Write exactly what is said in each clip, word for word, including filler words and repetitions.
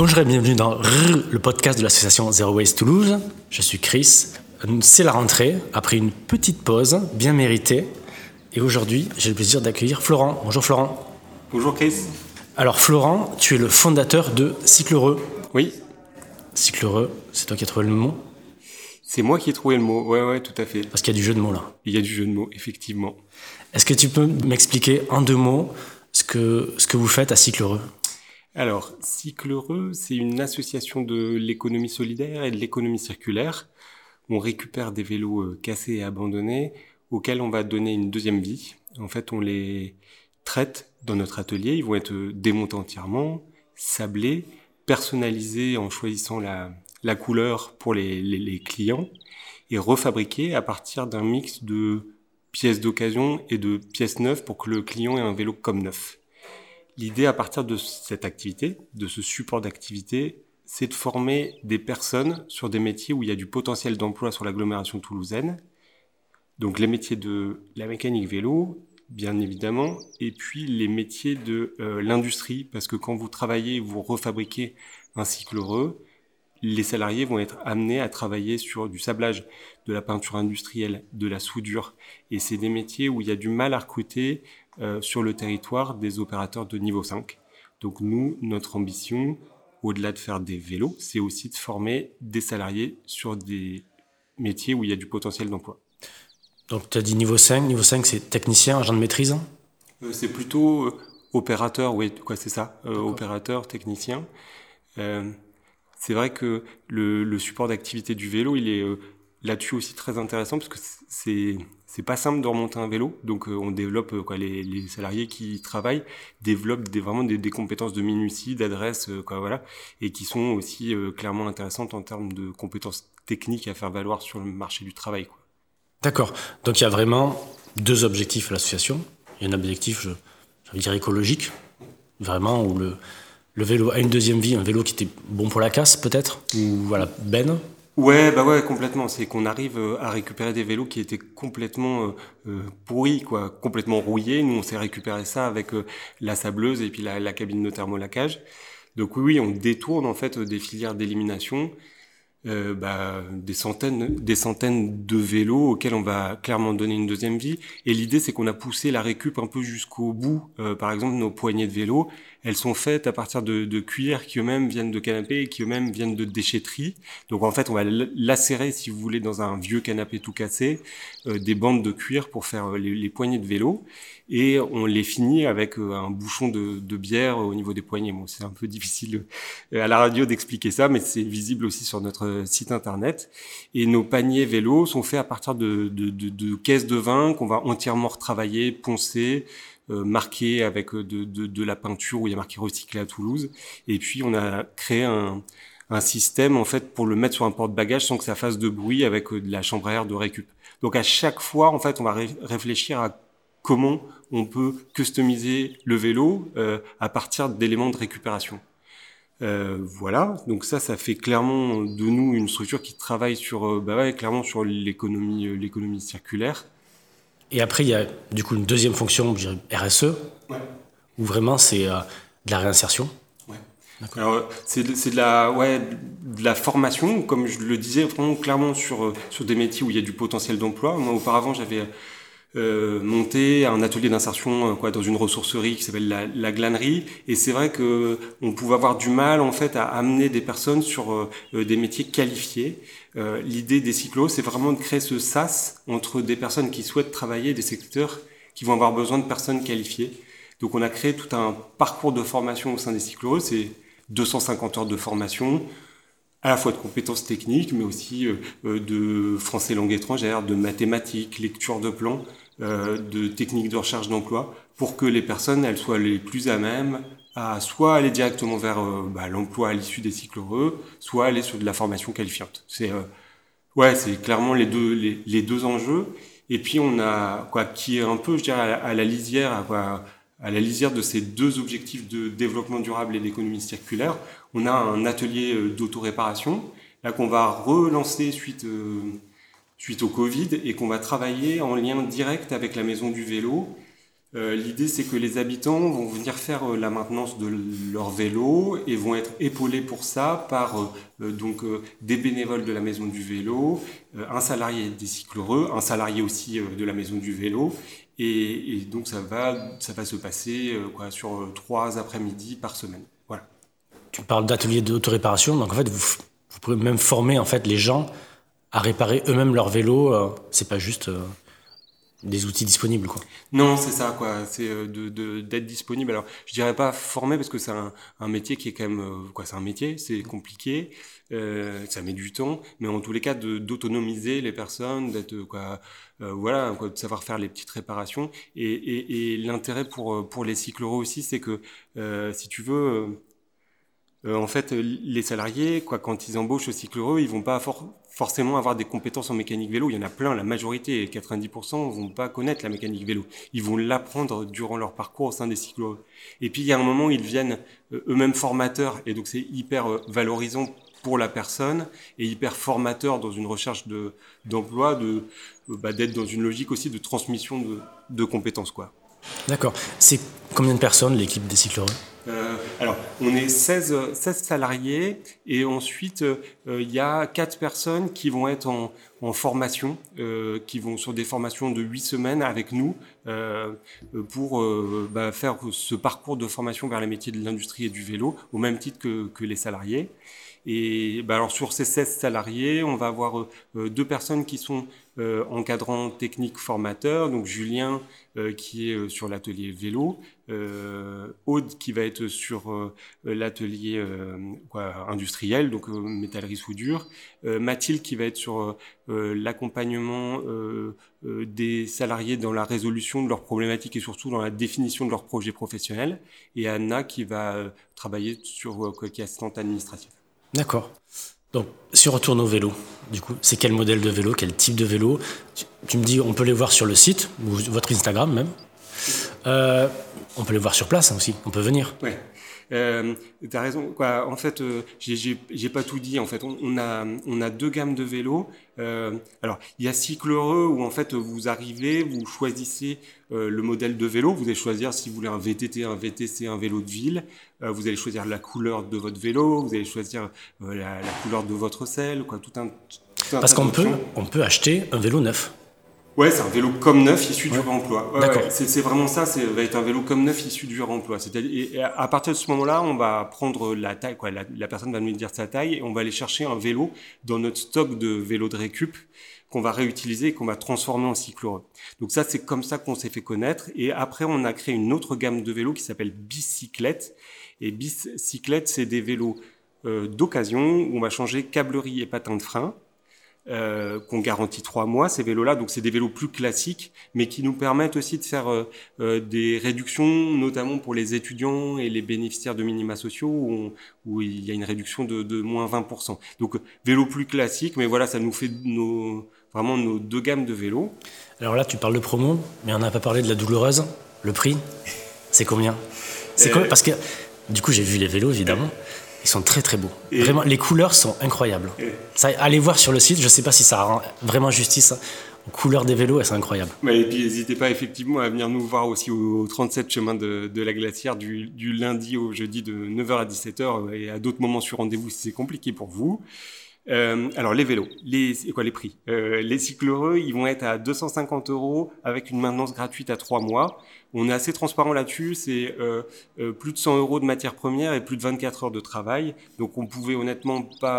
Bonjour et bienvenue dans R R, le podcast de l'association Zero Waste Toulouse. Je suis Chris. C'est la rentrée, après une petite pause bien méritée. Et aujourd'hui, j'ai le plaisir d'accueillir Florent. Bonjour Florent. Bonjour Chris. Alors Florent, tu es le fondateur de Cyclereux. Oui. Cyclereux, c'est toi qui as trouvé le mot ? C'est moi qui ai trouvé le mot, ouais, ouais, tout à fait. Parce qu'il y a du jeu de mots là. Il y a du jeu de mots, effectivement. Est-ce que tu peux m'expliquer en deux mots ce que, ce que vous faites à Cyclereux ? Alors, Cyclereux, c'est une association de l'économie solidaire et de l'économie circulaire. On récupère des vélos cassés et abandonnés auxquels on va donner une deuxième vie. En fait, on les traite dans notre atelier. Ils vont être démontés entièrement, sablés, personnalisés en choisissant la, la couleur pour les, les, les clients et refabriqués à partir d'un mix de pièces d'occasion et de pièces neuves pour que le client ait un vélo comme neuf. L'idée à partir de cette activité, de ce support d'activité, c'est de former des personnes sur des métiers où il y a du potentiel d'emploi sur l'agglomération toulousaine. Donc les métiers de la mécanique vélo, bien évidemment, et puis les métiers de euh, l'industrie, parce que quand vous travaillez, vous refabriquez un Cyclereux, les salariés vont être amenés à travailler sur du sablage, de la peinture industrielle, de la soudure. Et c'est des métiers où il y a du mal à recruter euh, sur le territoire des opérateurs de niveau cinq. Donc nous, notre ambition, au-delà de faire des vélos, c'est aussi de former des salariés sur des métiers où il y a du potentiel d'emploi. Donc tu as dit niveau cinq. Niveau cinq, c'est technicien, agent de maîtrise ? euh, C'est plutôt euh, opérateur, oui, quoi, c'est ça, euh, opérateur, technicien. Euh, c'est vrai que le, le support d'activité du vélo, il est euh, là-dessus aussi très intéressant parce que c'est c'est pas simple de remonter un vélo. Donc euh, on développe euh, quoi, les, les salariés qui travaillent développent des, vraiment des, des compétences de minutie, d'adresse, euh, quoi, voilà, et qui sont aussi euh, clairement intéressantes en termes de compétences techniques à faire valoir sur le marché du travail, quoi. D'accord. Donc il y a vraiment deux objectifs à l'association. Il y a un objectif, je, j'ai envie de dire écologique, vraiment, où le, le vélo a une deuxième vie, un vélo qui était bon pour la casse peut-être, ou voilà, benne. Ouais, bah ouais, complètement. C'est qu'on arrive à récupérer des vélos qui étaient complètement euh, pourris, quoi, complètement rouillés. Nous, on s'est récupéré ça avec euh, la sableuse et puis la, la cabine de thermolacage. Donc oui, oui, on détourne en fait des filières d'élimination. Euh, bah, des centaines, des centaines de vélos auxquels on va clairement donner une deuxième vie. Et l'idée, c'est qu'on a poussé la récup un peu jusqu'au bout. Euh, par exemple, nos poignées de vélo, elles sont faites à partir de, de cuir qui eux-mêmes viennent de canapés et qui eux-mêmes viennent de déchetterie. Donc en fait, on va lacérer, si vous voulez, dans un vieux canapé tout cassé, euh, des bandes de cuir pour faire les, les poignées de vélo. Et on les finit avec euh, un bouchon de, de bière au niveau des poignets. Bon, c'est un peu difficile euh, à la radio d'expliquer ça, mais c'est visible aussi sur notre site internet. Et nos paniers vélos sont faits à partir de, de, de, de caisses de vin qu'on va entièrement retravailler, poncer, euh, marquer avec de, de, de la peinture où il y a marqué recyclé à Toulouse. Et puis on a créé un, un système en fait pour le mettre sur un porte-bagages sans que ça fasse de bruit avec de la chambre à air de récup. Donc à chaque fois, en fait, on va ré- réfléchir à comment on peut customiser le vélo euh, à partir d'éléments de récupération. Euh, voilà, donc ça, ça fait clairement de nous une structure qui travaille sur, euh, bah ouais, clairement sur l'économie, euh, l'économie circulaire. Et après, il y a du coup une deuxième fonction, je dirais R S E, Ouais. où vraiment c'est euh, de la réinsertion. Ouais. Alors c'est de, c'est de la, ouais, de la formation, comme je le disais, vraiment clairement sur sur des métiers où il y a du potentiel d'emploi. Moi, auparavant, j'avais Euh, monter un atelier d'insertion euh, quoi dans une ressourcerie qui s'appelle la, la glanerie, et c'est vrai que on pouvait avoir du mal en fait à amener des personnes sur euh, des métiers qualifiés. Euh, l'idée des cyclos, c'est vraiment de créer ce sas entre des personnes qui souhaitent travailler et des secteurs qui vont avoir besoin de personnes qualifiées. Donc on a créé tout un parcours de formation au sein des cyclos, c'est deux cent cinquante heures de formation, à la fois de compétences techniques, mais aussi euh, de français langue étrangère, de mathématiques, lecture de plans, euh, de techniques de recherche d'emploi, pour que les personnes elles soient les plus à même à soit aller directement vers euh, bah, l'emploi à l'issue des Cyclereux, soit aller sur de la formation qualifiante. C'est euh, ouais, c'est clairement les deux les, les deux enjeux. Et puis on a quoi qui est un peu, je dirais, à la, à la lisière, à, quoi, à la lisière de ces deux objectifs de développement durable et d'économie circulaire. On a un atelier d'autoréparation là qu'on va relancer suite euh, suite au Covid et qu'on va travailler en lien direct avec la Maison du Vélo Euh, l'idée, c'est que les habitants vont venir faire euh, la maintenance de leur vélo et vont être épaulés pour ça par euh, donc euh, des bénévoles de la Maison du Vélo, euh, un salarié des cycleureux, un salarié aussi euh, de la Maison du Vélo. Et, et donc ça va, ça va se passer euh, quoi, sur euh, trois après-midi par semaine. Voilà. Tu parles d'ateliers d'autoréparation, donc en fait, vous, vous pouvez même former en fait les gens à réparer eux-mêmes leur vélo. Euh, c'est pas juste euh, des outils disponibles, quoi. Non, c'est ça, quoi. C'est euh, de, de, d'être disponible. Alors, je dirais pas formé parce que c'est un, un métier qui est quand même, euh, quoi, c'est un métier, c'est compliqué, euh, ça met du temps, mais en tous les cas, de, d'autonomiser les personnes, d'être, quoi, euh, voilà, quoi, de savoir faire les petites réparations. Et, et, et l'intérêt pour pour les cycleros aussi, c'est que, euh, si tu veux. Euh, Euh, en fait, les salariés, quoi, quand ils embauchent au cycleureux, ils vont pas for- forcément avoir des compétences en mécanique vélo. Il y en a plein, la majorité, quatre-vingt-dix pour cent, vont pas connaître la mécanique vélo. Ils vont l'apprendre durant leur parcours au sein des cycleureux. Et puis, il y a un moment, ils deviennent euh, eux-mêmes formateurs, et donc c'est hyper euh, valorisant pour la personne et hyper formateur dans une recherche de d'emploi, de euh, bah, d'être dans une logique aussi de transmission de, de compétences, quoi. D'accord. C'est combien de personnes l'équipe des cycleureux? Euh, alors, on est seize, seize salariés et ensuite, euh, il y a quatre personnes qui vont être en, en formation, euh, qui vont sur des formations de huit semaines avec nous euh, pour euh, bah, faire ce parcours de formation vers les métiers de l'industrie et du vélo, au même titre que, que les salariés. Et bah alors sur ces seize salariés, on va avoir euh, deux personnes qui sont euh, encadrants techniques formateurs, donc Julien euh, qui est euh, sur l'atelier vélo, euh, Aude qui va être sur euh, l'atelier euh, quoi, industriel, donc euh, métallerie soudure, euh, Mathilde qui va être sur euh, l'accompagnement euh, euh, des salariés dans la résolution de leurs problématiques et surtout dans la définition de leurs projets professionnels, et Anna qui va euh, travailler sur euh, qui est assistante administrative. D'accord. Donc, si on retourne au vélo, du coup, c'est quel modèle de vélo, quel type de vélo? Tu, tu me dis, on peut les voir sur le site, ou votre Instagram même. Euh, on peut les voir sur place hein, aussi, on peut venir. Ouais. Euh, t'as raison. Quoi. En fait, euh, j'ai, j'ai, j'ai pas tout dit. En fait, on, on a, on a deux gammes de vélos. Euh, alors, il y a cycleureux où en fait vous arrivez, vous choisissez euh, le modèle de vélo. Vous allez choisir si vous voulez un V T T, un V T C, un vélo de ville. Euh, vous allez choisir la couleur de votre vélo. Vous allez choisir euh, la, la couleur de votre selle. Quoi, tout un. Tout un Parce qu'on peut, on peut acheter un vélo neuf. Ouais, c'est un vélo comme neuf issu ouais. du réemploi. Ouais, D'accord. Ouais, c'est, c'est vraiment ça, c'est va être un vélo comme neuf issu du réemploi. C'est-à-dire, et à partir de ce moment-là, on va prendre la taille, quoi. La, la personne va nous dire sa taille et on va aller chercher un vélo dans notre stock de vélos de récup qu'on va réutiliser et qu'on va transformer en cycleureux. Donc ça, c'est comme ça qu'on s'est fait connaître. Et après, on a créé une autre gamme de vélos qui s'appelle Bicyclette. Et Bicyclette, c'est des vélos euh, d'occasion où on va changer câblerie et patins de frein. Euh, qu'on garantit trois mois, ces vélos-là. Donc, c'est des vélos plus classiques, mais qui nous permettent aussi de faire euh, euh, des réductions, notamment pour les étudiants et les bénéficiaires de minima sociaux, où, on, où il y a une réduction de, de moins vingt pour cent. Donc, vélos plus classiques, mais voilà, ça nous fait nos, vraiment nos deux gammes de vélos. Alors là, tu parles de promo, mais on n'a pas parlé de la douloureuse. Le prix, c'est combien? C'est euh... combien? Parce que, du coup, j'ai vu les vélos, évidemment. Ils sont très très beaux. Et vraiment, les couleurs sont incroyables. Ça, allez voir sur le site, je ne sais pas si ça rend vraiment justice aux couleurs des vélos, et c'est incroyable. Ouais, et puis n'hésitez pas effectivement à venir nous voir aussi au trente-sept chemin de, de la Glacière du, du lundi au jeudi de neuf heures à dix-sept heures et à d'autres moments sur rendez-vous si c'est compliqué pour vous. Euh, alors les vélos, les quoi les prix euh, les cycleureux, ils vont être à deux cent cinquante euros avec une maintenance gratuite à trois mois. On est assez transparent là-dessus, c'est euh, euh, plus de cent euros de matières premières et plus de vingt-quatre heures de travail. Donc on pouvait honnêtement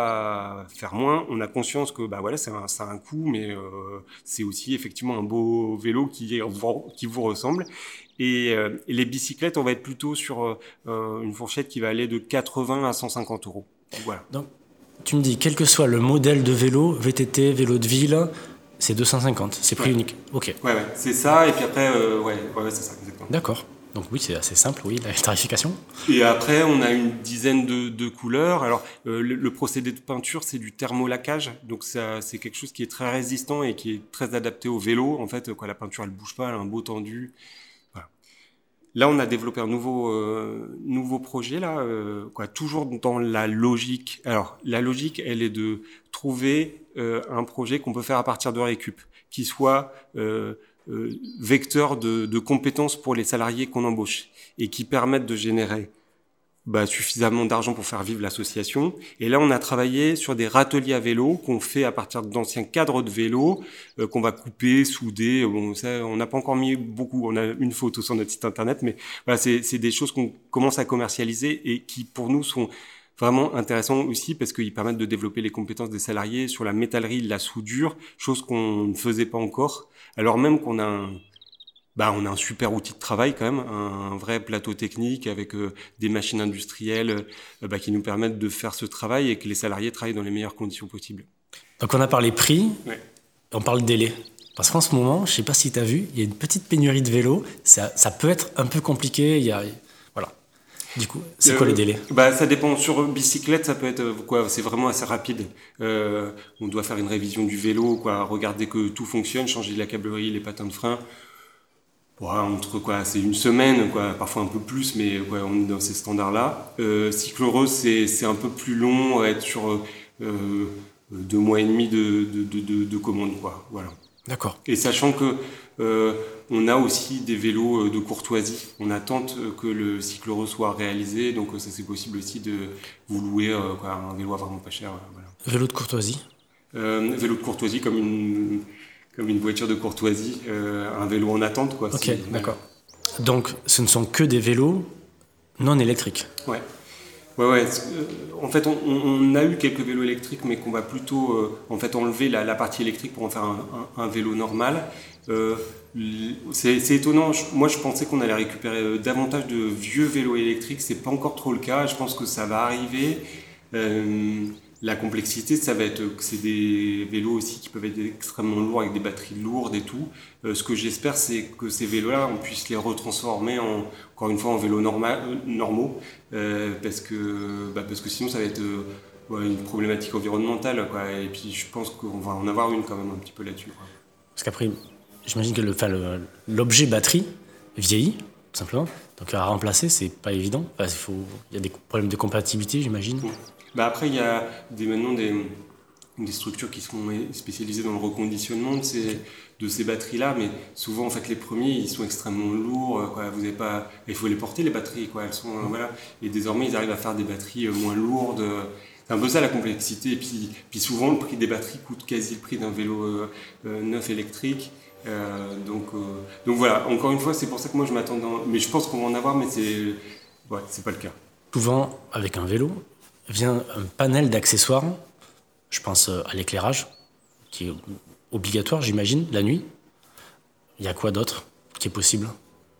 pas faire moins. On a conscience que bah voilà, c'est un, c'est un coût, mais euh, c'est aussi effectivement un beau vélo qui, qui vous ressemble. Et, euh, et les bicyclettes, on va être plutôt sur euh, une fourchette qui va aller de quatre-vingts à cent cinquante euros. Voilà. Donc, tu me dis, quel que soit le modèle de vélo, V T T, vélo de ville, c'est deux cent cinquante, c'est prix ouais. unique. Ok. Ouais, ouais, c'est ça, et puis après, euh, ouais, ouais, c'est ça, exactement. D'accord. Donc oui, c'est assez simple, oui, la tarification. Et après, on a une dizaine de, de couleurs. Alors, euh, le, le procédé de peinture, c'est du thermolaquage, donc ça, c'est quelque chose qui est très résistant et qui est très adapté au vélo. En fait, quoi, la peinture, elle bouge pas, elle a un beau tendu. Voilà. Là, on a développé un nouveau euh, nouveau projet là, euh, quoi, toujours dans la logique. Alors, la logique, elle est de trouver euh, un projet qu'on peut faire à partir de récup. qui soient euh, euh, vecteurs de, de compétences pour les salariés qu'on embauche et qui permettent de générer bah, suffisamment d'argent pour faire vivre l'association. Et là, on a travaillé sur des râteliers à vélo qu'on fait à partir d'anciens cadres de vélo, euh, qu'on va couper, souder. Bon, ça, on n'a pas encore mis beaucoup. On a une photo sur notre site internet, mais voilà, c'est, c'est des choses qu'on commence à commercialiser et qui, pour nous, sont vraiment intéressants aussi parce qu'ils permettent de développer les compétences des salariés sur la métallerie, la soudure, chose qu'on ne faisait pas encore. Alors même qu'on a un Bah, on a un super outil de travail quand même, un vrai plateau technique avec euh, des machines industrielles euh, bah, qui nous permettent de faire ce travail et que les salariés travaillent dans les meilleures conditions possibles. Donc on a parlé prix, ouais. On parle délai. Parce qu'en ce moment, je ne sais pas si tu as vu, il y a une petite pénurie de vélos, ça, ça peut être un peu compliqué, il y a... Voilà. Du coup, c'est euh, quoi les délais ? Bah, ça dépend. Sur bicyclette, ça peut être quoi ? C'est vraiment assez rapide. Euh, on doit faire une révision du vélo, quoi, regarder que tout fonctionne, changer la câblerie, les patins de frein. Ouais, entre quoi, c'est une semaine, quoi, parfois un peu plus, mais quoi, on est dans ces standards-là. Euh, cyclorose, c'est c'est un peu plus long, on va être sur euh, deux mois et demi de de de de, de commande, quoi. Voilà. D'accord. Et sachant que euh, on a aussi des vélos de courtoisie. On attend que le cyclorose soit réalisé, donc ça c'est possible aussi de vous louer euh, quoi, un vélo à vraiment pas cher. Voilà. Vélo de courtoisie. Euh, vélo de courtoisie comme une comme une voiture de courtoisie, euh, un vélo en attente, quoi. Ok, c'est, d'accord. Ouais. Donc, ce ne sont que des vélos non électriques. Ouais. Ouais, ouais. En fait, on, on a eu quelques vélos électriques, mais qu'on va plutôt euh, en fait enlever la, la partie électrique pour en faire un, un, un vélo normal. Euh, c'est, c'est étonnant. Moi, je pensais qu'on allait récupérer davantage de vieux vélos électriques. C'est pas encore trop le cas. Je pense que ça va arriver. Euh, La complexité, ça va être que c'est des vélos aussi qui peuvent être extrêmement lourds avec des batteries lourdes et tout. Euh, ce que j'espère, c'est que ces vélos-là, on puisse les retransformer en, encore une fois, en vélos normal, euh, normaux, euh, parce que, bah, parce que sinon, ça va être euh, ouais, une problématique environnementale, quoi. Et puis, je pense qu'on va en avoir une quand même un petit peu là-dessus, quoi. Parce qu'après, j'imagine que le, enfin, le, l'objet batterie vieillit, tout simplement. Donc à remplacer, c'est pas évident. Enfin, il faut, il y a des problèmes de compatibilité, j'imagine. Mmh. Bah après, il y a des, maintenant des, des structures qui sont spécialisées dans le reconditionnement de ces, de ces batteries-là, mais souvent, en fait, les premiers, ils sont extrêmement lourds, quoi. Vous avez pas, il faut les porter, les batteries, quoi. Elles sont, euh, voilà. Et désormais, ils arrivent à faire des batteries moins lourdes. C'est un peu ça la complexité. Et puis, puis souvent, le prix des batteries coûte quasi le prix d'un vélo euh, euh, neuf électrique. Euh, donc, euh, donc voilà, encore une fois, c'est pour ça que moi, je m'attends dans... Mais je pense qu'on va en avoir, mais c'est, ouais, c'est pas le cas. Souvent, avec un vélo, vient un panel d'accessoires, je pense à l'éclairage, qui est obligatoire, j'imagine, la nuit. Il y a quoi d'autre qui est possible ?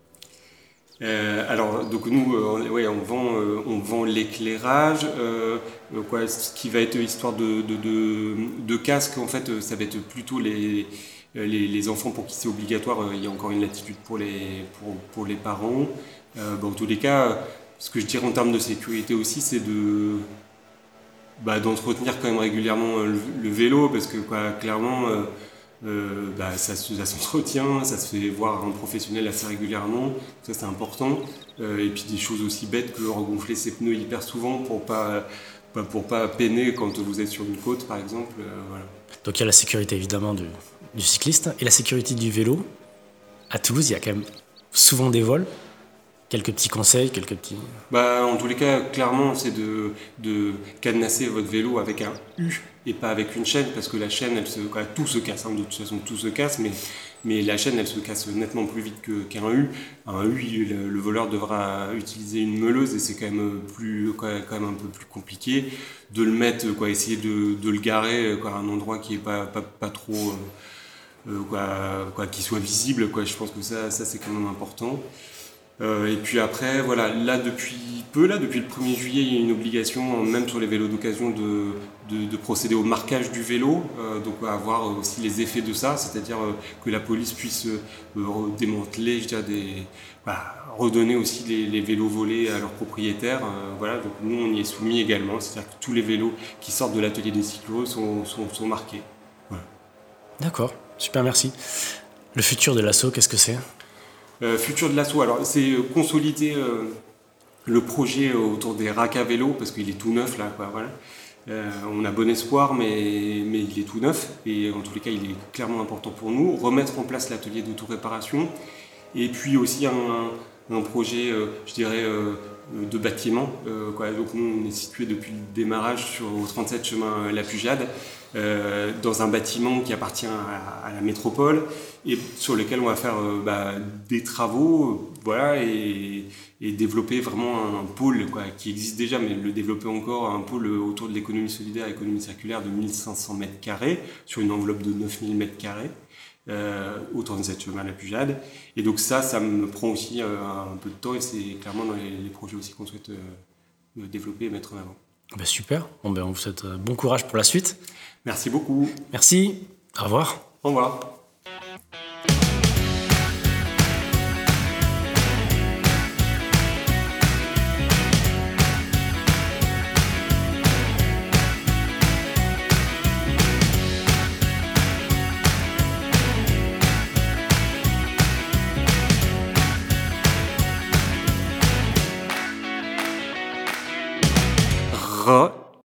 euh, Alors, donc nous, euh, ouais, on vend, euh, on vend l'éclairage, euh, quoi, ce qui va être histoire de, de, de, de casque, en fait, ça va être plutôt les, les, les enfants pour qui c'est obligatoire. Il y a encore une latitude pour les, pour, pour les parents. Euh, bon, en tous les cas, ce que je dirais en termes de sécurité aussi, c'est de, bah, d'entretenir quand même régulièrement le, le vélo, parce que quoi, clairement, euh, euh, bah, ça, ça s'entretient, ça se fait voir un professionnel assez régulièrement, ça c'est important. Euh, et puis des choses aussi bêtes que regonfler ses pneus hyper souvent pour pas, bah, pour pas peiner quand vous êtes sur une côte, par exemple. Euh, voilà. Donc il y a la sécurité évidemment du, du cycliste et la sécurité du vélo. À Toulouse, il y a quand même souvent des vols. Quelques petits conseils, quelques petits... Bah, en tous les cas, clairement, c'est de, de cadenasser votre vélo avec un U et pas avec une chaîne, parce que la chaîne, elle se, tout se casse, hein, de toute façon, tout se casse, mais, mais la chaîne, elle se casse nettement plus vite que, qu'un U. Un U, le, le voleur devra utiliser une meuleuse et c'est quand même, plus, quand même un peu plus compliqué de le mettre, quoi, essayer de, de le garer quoi, à un endroit qui est pas, pas, pas trop... Euh, quoi, quoi, qui soit visible, quoi. Je pense que ça, ça c'est quand même important. Euh, et puis après, voilà, là depuis peu, là depuis le premier juillet, il y a une obligation, même sur les vélos d'occasion, de, de, de procéder au marquage du vélo, euh, donc à voir aussi les effets de ça, c'est-à-dire euh, que la police puisse euh, démanteler, je dirais, des, bah, redonner aussi les, les vélos volés à leurs propriétaires. Euh, voilà, donc nous on y est soumis également, c'est-à-dire que tous les vélos qui sortent de l'atelier des cyclos sont, sont, sont marqués. Voilà. D'accord, super, merci. Le futur de l'asso, qu'est-ce que c'est ? Euh, futur de l'asso, alors c'est euh, consolider euh, le projet autour des racks à vélo parce qu'il est tout neuf là, quoi, voilà. Euh, on a bon espoir, mais, mais il est tout neuf. Et en tous les cas, il est clairement important pour nous. Remettre en place l'atelier d'auto-réparation. Et puis aussi un, un projet, euh, je dirais, euh, de bâtiment. Euh, quoi. Donc nous, on est situé depuis le démarrage sur, au trente-sept chemin La Pujade, euh, dans un bâtiment qui appartient à, à la métropole et sur lequel on va faire euh, bah, des travaux, voilà, et, et développer vraiment un pôle quoi, qui existe déjà, mais le développer encore, un pôle autour de l'économie solidaire, économie circulaire de mille cinq cents mètres carrés sur une enveloppe de neuf mille mètres carrés. Euh, au trente-sept chemin La Pujade. Et donc ça, ça me prend aussi euh, un peu de temps et c'est clairement dans les, les projets aussi qu'on souhaite euh, développer et mettre en avant. Ben super, bon, ben on vous souhaite bon courage pour la suite. Merci beaucoup. Merci, au revoir. Au revoir. Re